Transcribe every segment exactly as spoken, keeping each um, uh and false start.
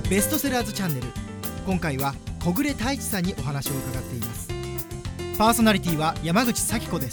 ベストセラーズチャンネル、今回は小暮太一さんにお話を伺っています。パーソナリティは山口咲子です。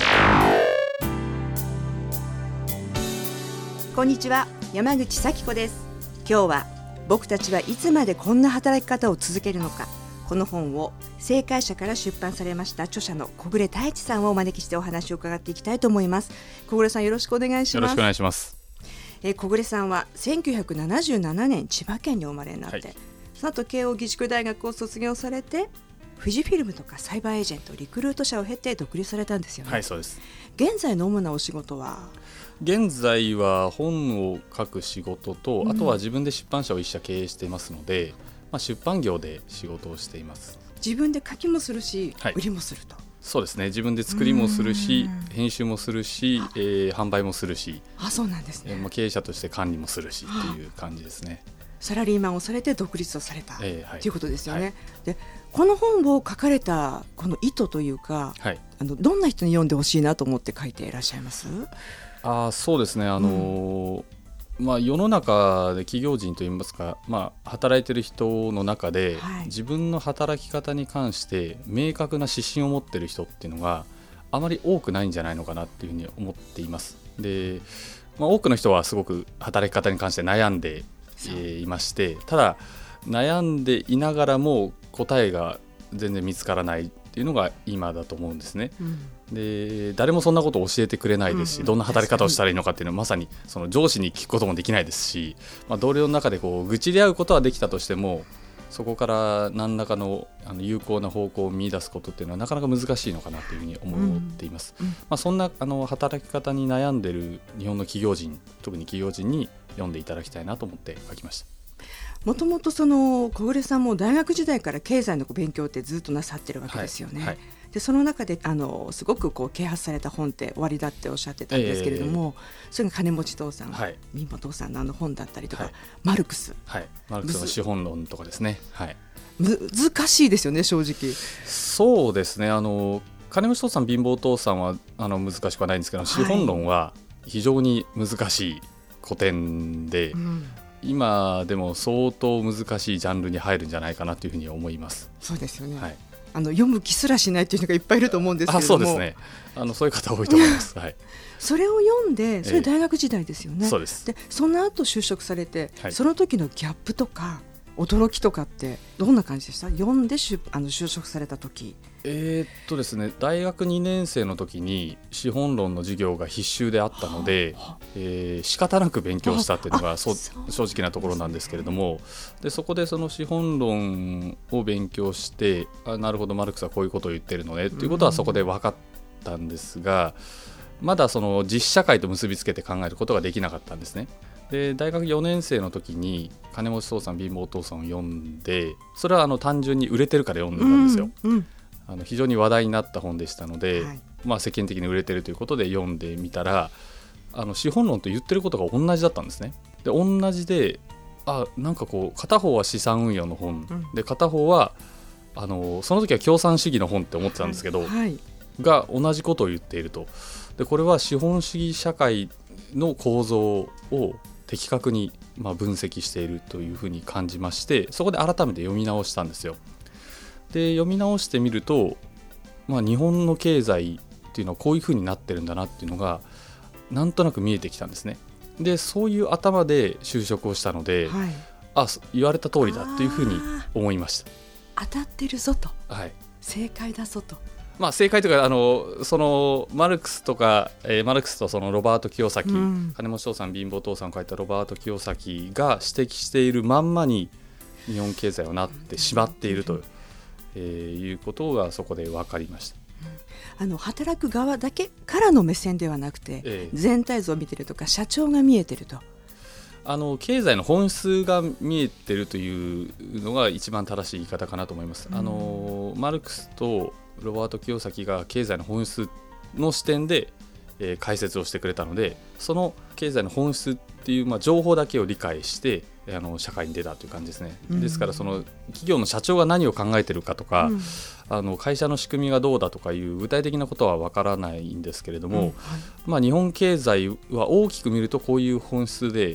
こんにちは、山口咲子です。今日は僕たちはいつまでこんな働き方を続けるのか、この本を正解者から出版されました著者の小暮太一さんをお招きしてお話を伺っていきたいと思います。小暮さん、よろしくお願いします。 よろしくお願いします。 えー、小暮さんはせんきゅうひゃくななじゅうななねん千葉県にお生まれになって、はい、その後慶應義塾大学を卒業されて、富士フィルムとかサイバーエージェント、リクルート社を経て独立されたんですよね。 はい、そうです。 現在の主なお仕事は？ 現在は本を書く仕事と、うん、あとは自分で出版社を一社経営していますので、まあ、出版業で仕事をしています。 自分で書きもするし、はい、売りもすると。 そうですね、自分で作りもするし、編集もするし、えー、販売もするし、 あ、そうなんですね。 えーまあ、経営者として管理もするしっていう感じですね。 サラリーマンをされて独立をされた、 えーはい、 ということですよね、 はい、 でこの本を書かれたこの意図というか、はい、あのどんな人に読んでほしいなと思って書いていらっしゃいます？ あ、そうですね、あのーうんまあ、世の中で企業人といいますか、まあ、働いている人の中で、はい、自分の働き方に関して明確な指針を持っている人っていうのがあまり多くないんじゃないのかなっていうふうに思っています。で、まあ、多くの人はすごく働き方に関して悩んで、えー、いまして、ただ悩んでいながらも答えが全然見つからないっていうのが今だと思うんですね、うん、で誰もそんなことを教えてくれないですし、うんうん、どんな働き方をしたらいいのかっていうのはまさにその上司に聞くこともできないですし、まあ、同僚の中でこう愚痴り合うことはできたとしても、そこから何らか の, あの有効な方向を見出すことっていうのはなかなか難しいのかなというふうに思っています、うんうんまあ、そんなあの働き方に悩んでいる日本の企業人、特に企業人に読んでいただきたいなと思って書きました。 もともとその小暮さんも大学時代から経済の勉強ってずっとなさってるわけですよね、はいはい、でその中であのすごくこう啓発された本って終わりだっておっしゃってたんですけれども、えー、それが金持ち父さん、はい、貧乏父さんのあの本だったりとか、はい、マルクス、 はい、マルクスの資本論とかですね、はい、 難しいですよね、正直。 そうですね、あの金持ち父さん貧乏父さんはあの難しくはないんですけど、はい、資本論は非常に難しい古典で、うん今でも相当難しいジャンルに入るんじゃないかなというふうに思います。 そうですよね、はい、あの読む気すらしないというのがいっぱいいると思うんですけれども。 あ、そうですね、あのそういう方多いと思います、はい、 それを読んで、それ大学時代ですよね、 えー、そうです。 でその後就職されて、はい、その時のギャップとか驚きとかってどんな感じでした？読んでしあの就職された時。 えーっとですね、大学にねん生の時に資本論の授業が必修であったので、えー、仕方なく勉強したっていうのがそ正直なところなんですけれども、でそこでその資本論を勉強して、あ、なるほどマルクスはこういうことを言ってるのねっていうことはそこで分かったんですが、まだその実社会と結びつけて考えることができなかったんですね。で大学よねん生の時に金持ち父さん貧乏父さんを読んで、それはあの単純に売れてるから読んでたんですよ、うんうん、あの非常に話題になった本でしたので、はい、まあ、世間的に売れてるということで読んでみたら、あの資本論と言ってることが同じだったんですね。で同じで、あ、なんかこう片方は資産運用の本、うん、で片方はあのその時は共産主義の本って思ってたんですけど、はいはい、が同じことを言っていると。でこれは資本主義社会の構造を的確にまあ分析しているというふうに感じまして、そこで改めて読み直したんですよ。で読み直してみると、まあ、日本の経済っていうのはこういうふうになってるんだなっていうのがなんとなく見えてきたんですね。でそういう頭で就職をしたので、はい、あ、言われた通りだっていうふうに思いました。 当たってるぞと、 はい、 正解だぞと。 まあ、正解というか、あのそのマルクスとか、えー、マルクスとそのロバート清崎、うん、金持ち父さん貧乏父さんを書いたロバート清崎が指摘しているまんまに日本経済はなってしまっていると、うんえー、いうことがそこで分かりました。 うん、あの働く側だけからの目線ではなくて、えー、全体像を見てるとか社長が見えてると、 あの経済の本質が見えてるというのが一番正しい言い方かなと思います。うん、あのマルクスとロバート清崎が経済の本質の視点で、えー、解説をしてくれたので、その経済の本質っていう、まあ、情報だけを理解してあの社会に出たという感じですね。うん、ですからその企業の社長が何を考えているかとか、うん、あの会社の仕組みがどうだとかいう具体的なことは分からないんですけれども、うんはいまあ、日本経済は大きく見るとこういう本質で、こ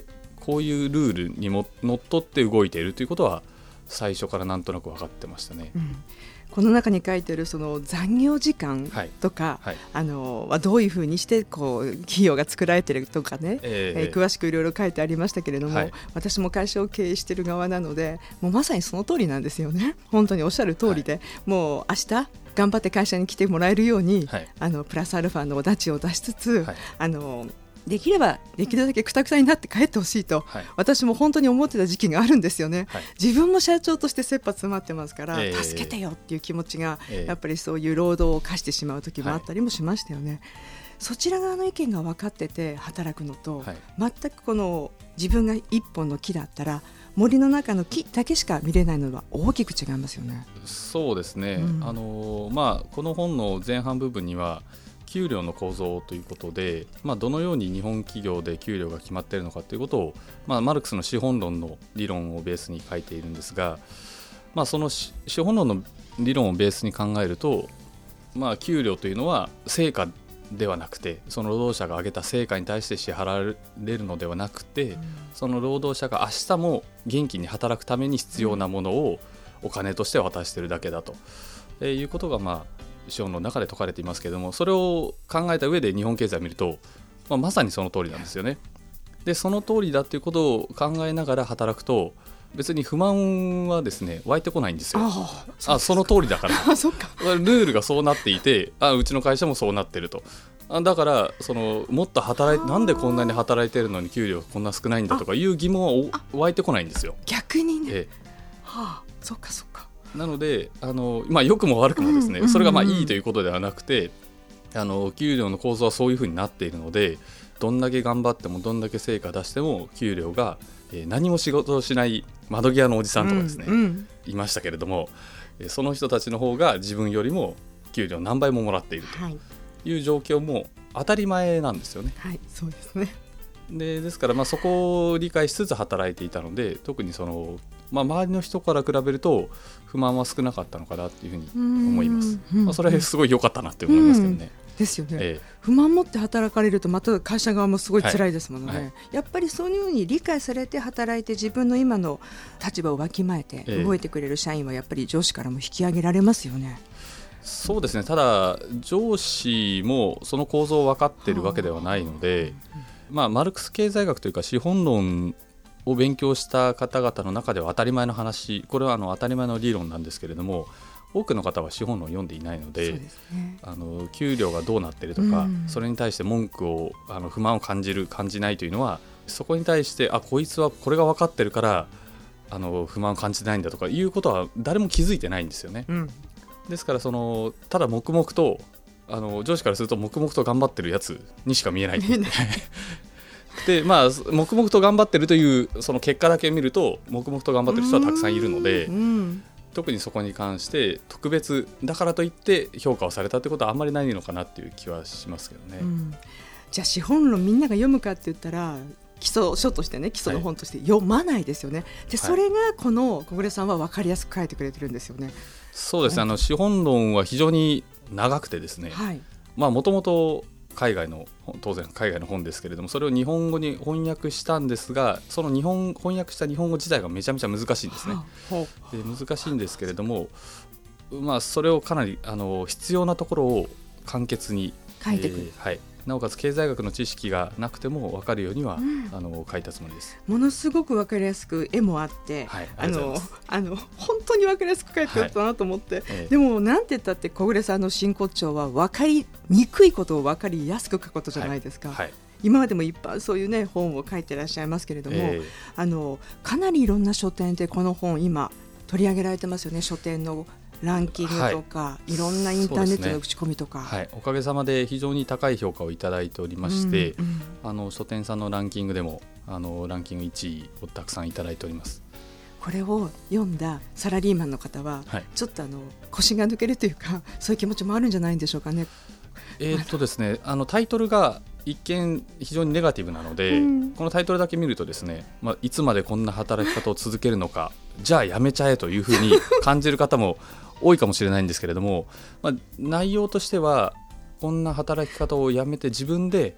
こういうルールにものっとって動いているということは最初からなんとなく分かってましたね、 うん、この中に書いてあるその残業時間とか、はいはい、あのはどういうふうにしてこう企業が作られているとかね、えーえー、詳しくいろいろ書いてありましたけれども、はい、私も会社を経営している側なのでもうまさにその通りなんですよね。本当におっしゃる通りで、はい、もう明日頑張って会社に来てもらえるように、はい、あのプラスアルファのお立ちを出しつつ、はい、あのできればできるだけくたくたになって帰ってほしいと、はい、私も本当に思ってた時期があるんですよね、はい、自分も社長として切羽詰まってますから、えー、助けてよっていう気持ちが、えー、やっぱりそういう労働を課してしまう時もあったりもしましたよね、はい、そちら側の意見が分かってて働くのと、はい、全くこの自分が一本の木だったら森の中の木だけしか見れないのは大きく違いますよね。 そうですね、うん、あのまあ、この本の前半部分には給料の構造ということで、まあ、どのように日本企業で給料が決まっているのかということを、まあ、マルクスの資本論の理論をベースに書いているんですが、まあ、その資本論の理論をベースに考えると、まあ、給料というのは成果ではなくてその労働者が上げた成果に対して支払われるのではなくて、うん、その労働者が明日も元気に働くために必要なものをお金として渡しているだけだと、えー、いうことがまあ資本の中で説かれていますけれども、それを考えた上で日本経済を見ると、まあ、まさにその通りなんですよね。でその通りだということを考えながら働くと別に不満はですね湧いてこないんですよ。ああその通りだからあそっかルールがそうなっていて、あうちの会社もそうなってると、あだからそのもっと働いなんでこんなに働いてるのに給料こんな少ないんだとかいう疑問は湧いてこないんですよ。 逆にね、ええ、 はあ、そっかそっか。 なのであの、まあ、良くも悪くもですね、うんうんうん、それがまあいいということではなくて、あの給料の構造はそういうふうになっているので、どんだけ頑張ってもどんだけ成果出しても給料が、えー、何も仕事をしない窓際のおじさんとかですね、うんうん、いましたけれども、その人たちの方が自分よりも給料何倍ももらっているという状況も当たり前なんですよね。 はい、そうですね。 で、ですからまあそこを理解しつつ働いていたので、特にその、まあ、周りの人から比べると不満は少なかったのかなというふうに思います。まあ、それはすごい良かったなって思いますけどね。 ですよね、ええ、不満持って働かれるとまた会社側もすごい辛いですもんね、はいはい、やっぱりそういうふうに理解されて働いて自分の今の立場をわきまえて動いてくれる社員はやっぱり上司からも引き上げられますよね。 そうですね。ただ上司もその構造を分かっているわけではないので、まあ、マルクス経済学というか資本論を勉強した方々の中では当たり前の話、これはあの当たり前の理論なんですけれども、多くの方は資本論を読んでいないの で, で、ね、あの給料がどうなっているとか、うん、それに対して文句をあの不満を感じる感じないというのは、そこに対してあこいつはこれが分かってるからあの不満を感じないんだとかいうことは誰も気づいてないんですよね、うん、ですからそのただ黙々とあの上司からすると黙々と頑張ってるやつにしか見えないで、まあ、黙々と頑張ってるというその結果だけ見ると黙々と頑張ってる人はたくさんいるので、うんうん特にそこに関して特別だからといって評価をされたってことはあんまりないのかなっていう気はしますけどね、うん、 じゃあ資本論みんなが読むかって言ったら基礎書としてね基礎の本として読まないですよね、はい、でそれがこの小暮さんは分かりやすく書いてくれてるんですよね。 そうですね、あの資本論は非常に長くてですね、もともと海外の当然海外の本ですけれども、それを日本語に翻訳したんですが、その日本翻訳した日本語自体がめちゃめちゃ難しいんですね。で難しいんですけれども、まあ、それをかなりあの必要なところを簡潔に書いてくる、 えーはい、なおかつ経済学の知識がなくても分かるようには、うん、あの書いたつもりです。 ものすごく分かりやすく絵もあって、はい、あのあの本当に分かりやすく書いてあったなと思って、はいええ、でもなんて言ったって小暮さんの真骨頂は分かりにくいことを分かりやすく書くことじゃないですか、はいはい、今までもいっぱいそういう、ね、本を書いてらっしゃいますけれども、え、あのかなりいろんな書店でこの本今取り上げられてますよね。書店のランキングとか、はい、いろんなインターネットの口コミとか、 はい、おかげさまで非常に高い評価をいただいておりまして、うんうん、あの書店さんのランキングでもあのランキングいちいをたくさんいただいております。 これを読んだサラリーマンの方は、はい、ちょっとあの腰が抜けるというかそういう気持ちもあるんじゃないんでしょうかね。 えーっとですね、あのタイトルが一見非常にネガティブなので、うん、このタイトルだけ見るとですね、まあ、いつまでこんな働き方を続けるのかじゃあやめちゃえというふうに感じる方も多いかもしれないんですけれども、まあ、内容としてはこんな働き方をやめて自分で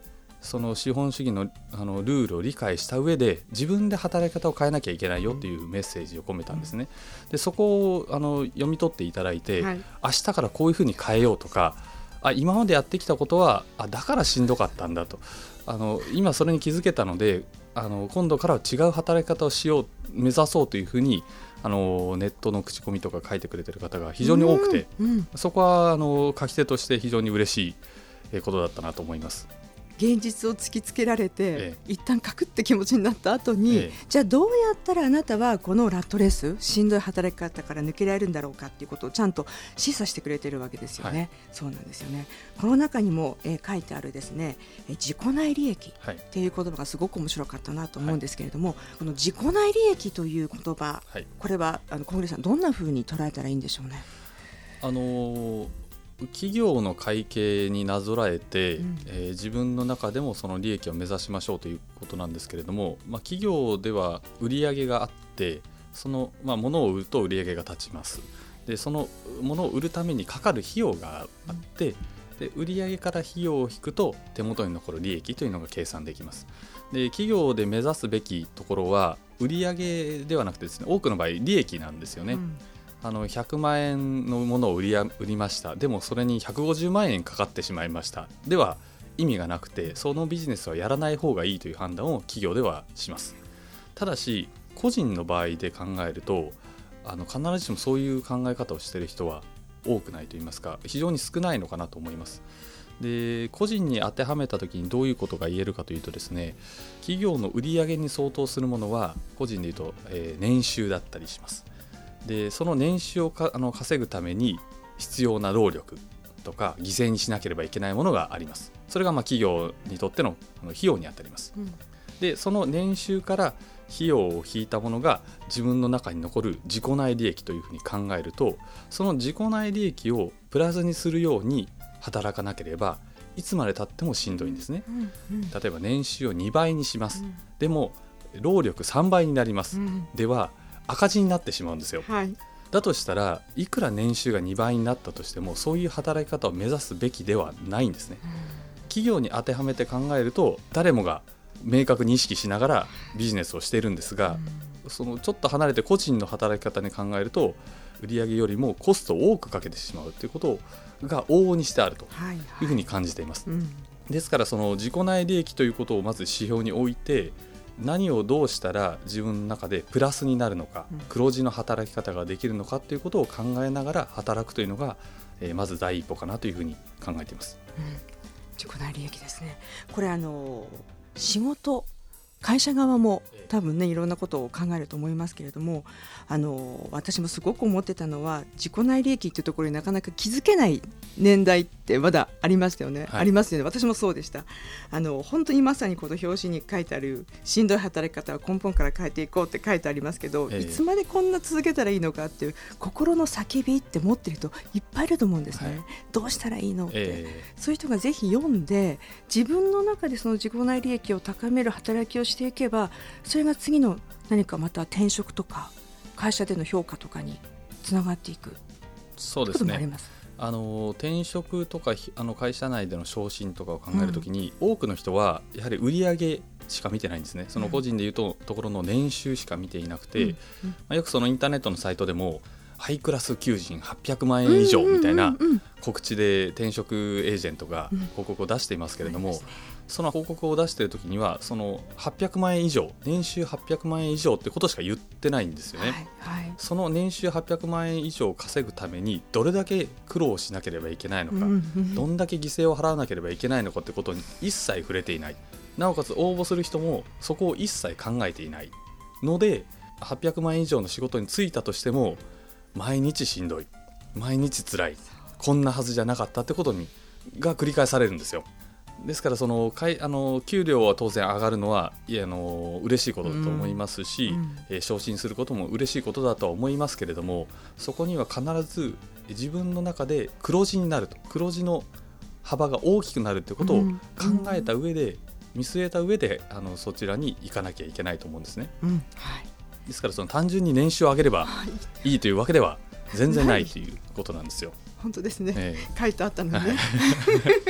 その資本主義 の, あのルールを理解した上で自分で働き方を変えなきゃいけないよっていうメッセージを込めたんですね。でそこをあの読み取っていただいて、はい、明日からこういうふうに変えようとか、あ今までやってきたことはあだからしんどかったんだと、あの今それに気づけたのであの今度からは違う働き方をしよう目指そうというふうにあのネットの口コミとか書いてくれてる方が非常に多くて、うんうん、そこはあの書き手として非常に嬉しいことだったなと思います。 現実を突きつけられて、ええ、一旦カクって気持ちになった後に、ええ、じゃあどうやったらあなたはこのラットレースしんどい働き方から抜けられるんだろうかっていうことをちゃんと示唆してくれてるわけですよね、はい、そうなんですよね。この中にも、えー、書いてあるですね、え自己内利益っていう言葉がすごく面白かったなと思うんですけれども、はい、この自己内利益という言葉、はい、これはあの小暮さんどんなふうに捉えたらいいんでしょうね。 あのー企業の会計になぞらえて、うんえー、自分の中でもその利益を目指しましょうということなんですけれども、まあ、企業では売上があってその、まあ、物を売ると売上が立ちます。でその物を売るためにかかる費用があって、うん、で売上から費用を引くと手元に残る利益というのが計算できます。で企業で目指すべきところは売上ではなくてですね、多くの場合利益なんですよね、うんあのひゃくまんえんのものを売りや、売りました。でもそれにひゃくごじゅうまんえんかかってしまいましたでは意味がなくて、そのビジネスはやらない方がいいという判断を企業ではします。ただし個人の場合で考えるとあの必ずしもそういう考え方をしている人は多くないといいますか、非常に少ないのかなと思います。で個人に当てはめたときにどういうことが言えるかというとですね、企業の売上に相当するものは個人でいうと、えー、年収だったりします。でその年収をかあの稼ぐために必要な労力とか犠牲にしなければいけないものがあります。それがまあ企業にとってのあの費用にあたります、うん、でその年収から費用を引いたものが自分の中に残る自己内利益というふうに考えると、その自己内利益をプラスにするように働かなければいつまで経ってもしんどいんですね、うんうん、例えば年収をにばいにします、うん、でも労力さんばいになります、うん、では赤字になってしまうんですよ、はい、だとしたらいくら年収がにばいになったとしてもそういう働き方を目指すべきではないんですね、うん、企業に当てはめて考えると誰もが明確に意識しながらビジネスをしているんですが、うん、そのちょっと離れて個人の働き方に考えると売上よりもコストを多くかけてしまうということが往々にしてあるというふうに感じています、はいはいうん、ですからその自己内利益ということをまず指標に置いて何をどうしたら自分の中でプラスになるのか、うん、黒字の働き方ができるのかということを考えながら働くというのが、えー、まず第一歩かなというふうに考えています、うん、 自己内利益ですね。これあの仕事会社側も多分ねいろんなことを考えると思いますけれども、あの私もすごく思ってたのは自己内利益というところになかなか気づけない年代ってまだありましたよね、はい、ありますよね。私もそうでした。あの本当にまさにこの表紙に書いてあるしんどい働き方は根本から変えていこうって書いてありますけど、えー、いつまでこんな続けたらいいのかっていう心の叫びって持ってる人いっぱいいると思うんですね、はい、どうしたらいいのって、えー、そういう人がぜひ読んで自分の中でその自己内利益を高める働きをしていけば、それが次の何かまた転職とか会社での評価とかにつながっていく。 そうですね。あの転職とかあの会社内での昇進とかを考えるときに、うん、多くの人はやはり売上しか見てないんですね。その個人でいうと、うん、ところの年収しか見ていなくて、うんうんまあ、よくそのインターネットのサイトでもハイクラス求人はっぴゃくまんえん以上みたいな告知で転職エージェントが広告を出していますけれども、うん、その広告を出しているときにはそのはっぴゃくまんえん以上、年収はっぴゃくまんえん以上ってことしか言ってないんですよね、はいはい、その年収はっぴゃくまんえん以上稼ぐためにどれだけ苦労しなければいけないのか、うんうん、どんだけ犠牲を払わなければいけないのかってことに一切触れていない。なおかつ応募する人もそこを一切考えていないので、はっぴゃくまんえん以上の仕事に就いたとしても毎日しんどい、毎日辛い、こんなはずじゃなかったってことにが繰り返されるんですよ。ですからそのかいあの給料は当然上がるのはいやあの嬉しいことだと思いますし、うんうんえー、昇進することも嬉しいことだとは思いますけれども、そこには必ず自分の中で黒字になると、黒字の幅が大きくなるということを考えた上で、うんうん、見据えた上であのそちらに行かなきゃいけないと思うんですね、うんはい、ですからその単純に年収を上げればいいというわけでは全然ないということなんですよ。 本当ですね、えー、書いてあったのね、はい、書いて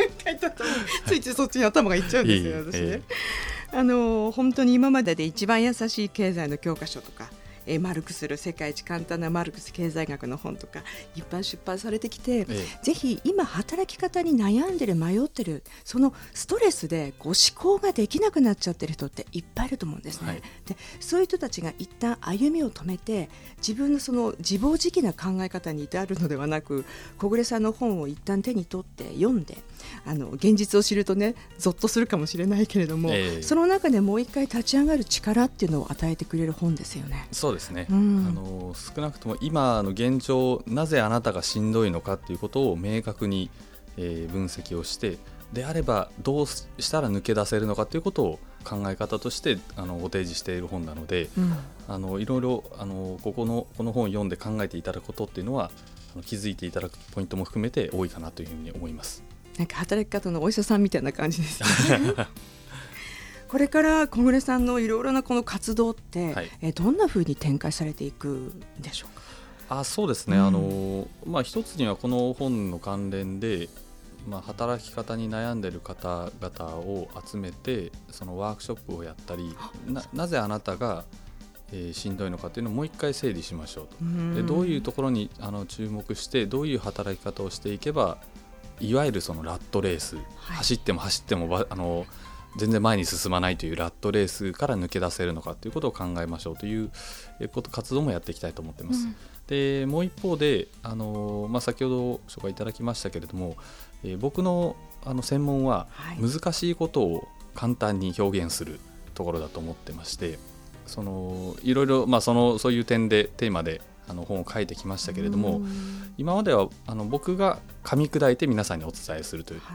ついついそっちに頭がいっちゃうんですよ、私ね。あの本当に今までで一番優しい経済の教科書とか、えー、マルクスる世界一簡単なマルクス経済学の本とかいっぱい出版されてきて、ええ、ぜひ今働き方に悩んでる迷ってるそのストレスでこう思考ができなくなっちゃってる人っていっぱいいると思うんですね、はい、でそういう人たちが一旦歩みを止めて自分のその自暴自棄な考え方に至るのではなく、小暮さんの本を一旦手に取って読んで、あの現実を知るとねゾッとするかもしれないけれども、ええ、その中でもう一回立ち上がる力っていうのを与えてくれる本ですよね。 そうですね、うん、あの少なくとも今の現状、なぜあなたがしんどいのかっていうことを明確に、えー、分析をして、であればどうしたら抜け出せるのかということを考え方としてあのご提示している本なので、うん、あのいろいろあのここのこの本を読んで考えていただくことっていうのはあの気づいていただくポイントも含めて多いかなというふうに思います。 なんか働き方のお医者さんみたいな感じですねこれから小暮さんのいろいろなこの活動って、はい、えどんなふうに展開されていくんでしょうか。 あそうですね、うん、あのまあ、一つにはこの本の関連で、まあ、働き方に悩んでいる方々を集めてそのワークショップをやったり な, なぜあなたが、えー、しんどいのかというのをもう一回整理しましょうと、うん、でどういうところにあの注目してどういう働き方をしていけばいわゆるそのラットレース、はい、走っても走ってもあの全然前に進まないというラットレースから抜け出せるのかということを考えましょうということ活動もやっていきたいと思っています、うん、でもう一方であの、まあ、先ほど紹介いただきましたけれども、えー、僕の、あの専門は難しいことを簡単に表現するところだと思ってまして、そのいろいろ、まあ、そのそういう点でテーマであの本を書いてきましたけれども、今まではあの僕が噛み砕いて皆さんにお伝えするという、はい、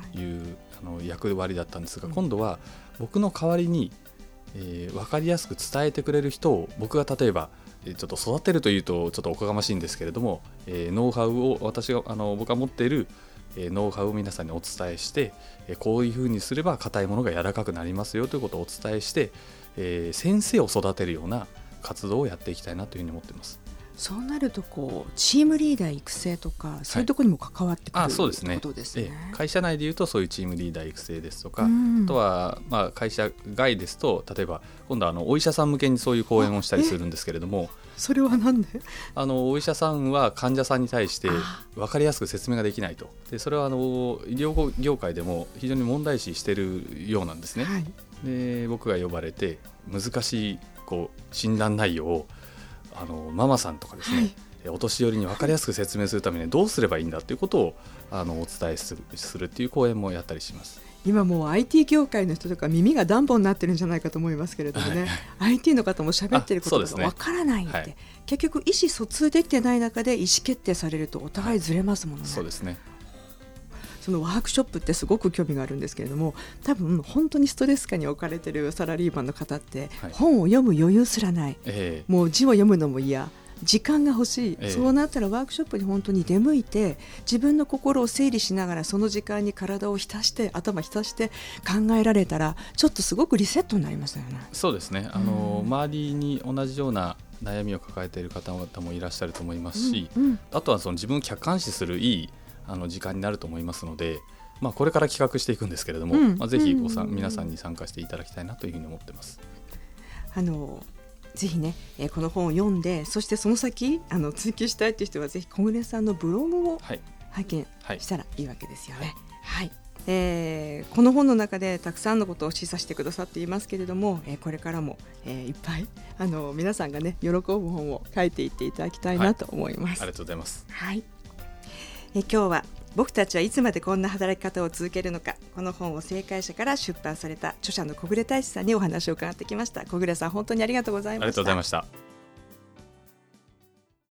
あの役割だったんですが、今度は僕の代わりに、えー、分かりやすく伝えてくれる人を僕が例えばちょっと育てるというとちょっとおこがましいんですけれども、えー、ノウハウを私があの僕が持っている、えー、ノウハウを皆さんにお伝えして、えー、こういうふうにすれば硬いものが柔らかくなりますよということをお伝えして、えー、先生を育てるような活動をやっていきたいなというふうに思っています。 そうなるとこうチームリーダー育成とかそういうところにも関わってくる、はい、あそうですね、ことですね。 会社内でいうとそういうチームリーダー育成ですとか、うん、あとはまあ会社外ですと例えば今度はあのお医者さん向けにそういう講演をしたりするんですけれども、 それはなんであのお医者さんは患者さんに対して分かりやすく説明ができないと。でそれはあの医療業界でも非常に問題視しているようなんですね、はい、で僕が呼ばれて難しいこう診断内容をあのママさんとかですね、はい、お年寄りに分かりやすく説明するためにどうすればいいんだということをあのお伝えする、するっていう講演もやったりします。 今もう アイティー 業界の人とか耳がダンボになってるんじゃないかと思いますけれどもね、はい、アイティー の方も喋ってることが分からないって、ねはい、結局意思疎通できてない中で意思決定されるとお互いずれますもんね、はい、 そうですね。 そのワークショップってすごく興味があるんですけれども、多分本当にストレス下に置かれてるサラリーマンの方って本を読む余裕すらない、はい、もう字を読むのも嫌、時間が欲しい、ええ、そうなったらワークショップに本当に出向いて自分の心を整理しながらその時間に体を浸して頭浸して考えられたらちょっとすごくリセットになりますよね。 そうですね、あの、うん、周りに同じような悩みを抱えている方々もいらっしゃると思いますし、うんうん、あとはその自分を客観視するいいあの時間になると思いますので、まあ、これから企画していくんですけれども、うんまあ、ぜひごさん、うん、皆さんに参加していただきたいなというふうに思っています。 あのぜひね、えー、この本を読んで、そしてその先あの追求したいという人はぜひ小暮さんのブログを拝見したらいいわけですよね、はいはいえー、この本の中でたくさんのことを示唆してくださっていますけれども、えー、これからも、えー、いっぱいあの皆さんがね喜ぶ本を書いていっていただきたいなと思います、 はい、ありがとうございます、 はいえー、今日は僕たちはいつまでこんな働き方を続けるのか、この本を正解者から出版された著者の小暮太一さんにお話を伺ってきました。小暮さん、本当にありがとうございました。 ありがとうございました。